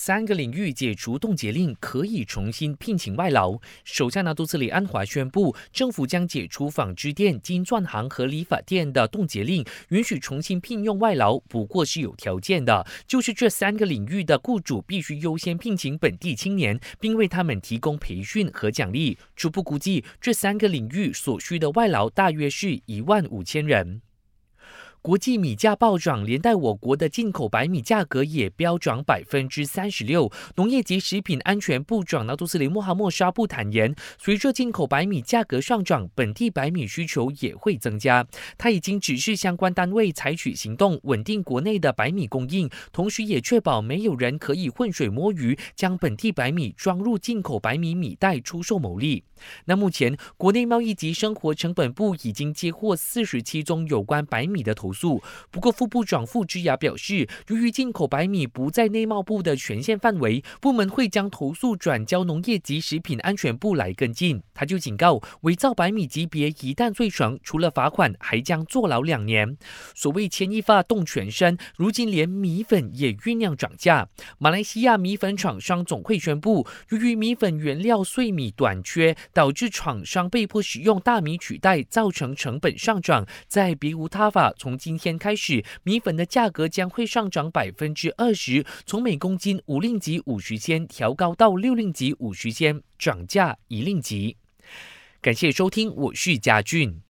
3个领域解除冻结令，可以重新聘请外劳。首相拿督斯里安华宣布，政府将解除纺织店、金钻行和理发店的冻结令，允许重新聘用外劳，不过是有条件的，就是这3个领域的雇主必须优先聘请本地青年，并为他们提供培训和奖励。初步估计，这3个领域所需的外劳大约是15000人。国际米价暴涨，连带我国的进口白米价格也飙涨36%。农业及食品安全部长拿督斯里穆哈默沙布坦言，随着进口白米价格上涨，本地白米需求也会增加。他已经指示相关单位采取行动，稳定国内的白米供应，同时也确保没有人可以浑水摸鱼，将本地白米装入进口白米米袋出售牟利。那目前，国内贸易及生活成本部已经接获47宗有关白米的投诉。不过，副部长傅之雅表示，由于进口白米不在内贸部的权限范围，部门会将投诉转交农业及食品安全部来跟进。他就警告，伪造白米级别一旦罪成，除了罚款，还将坐牢2年。所谓牵一发动全身，如今连米粉也酝酿涨价。马来西亚米粉厂商总会宣布，由于米粉原料碎米短缺，导致厂商被迫使用大米取代，造成成本上涨。在别无他法，从今天开始，米粉的价格将会上涨20%，从每公斤5令吉50仙调高到6令吉50仙，涨价1令吉。感谢收听，我是嘉俊。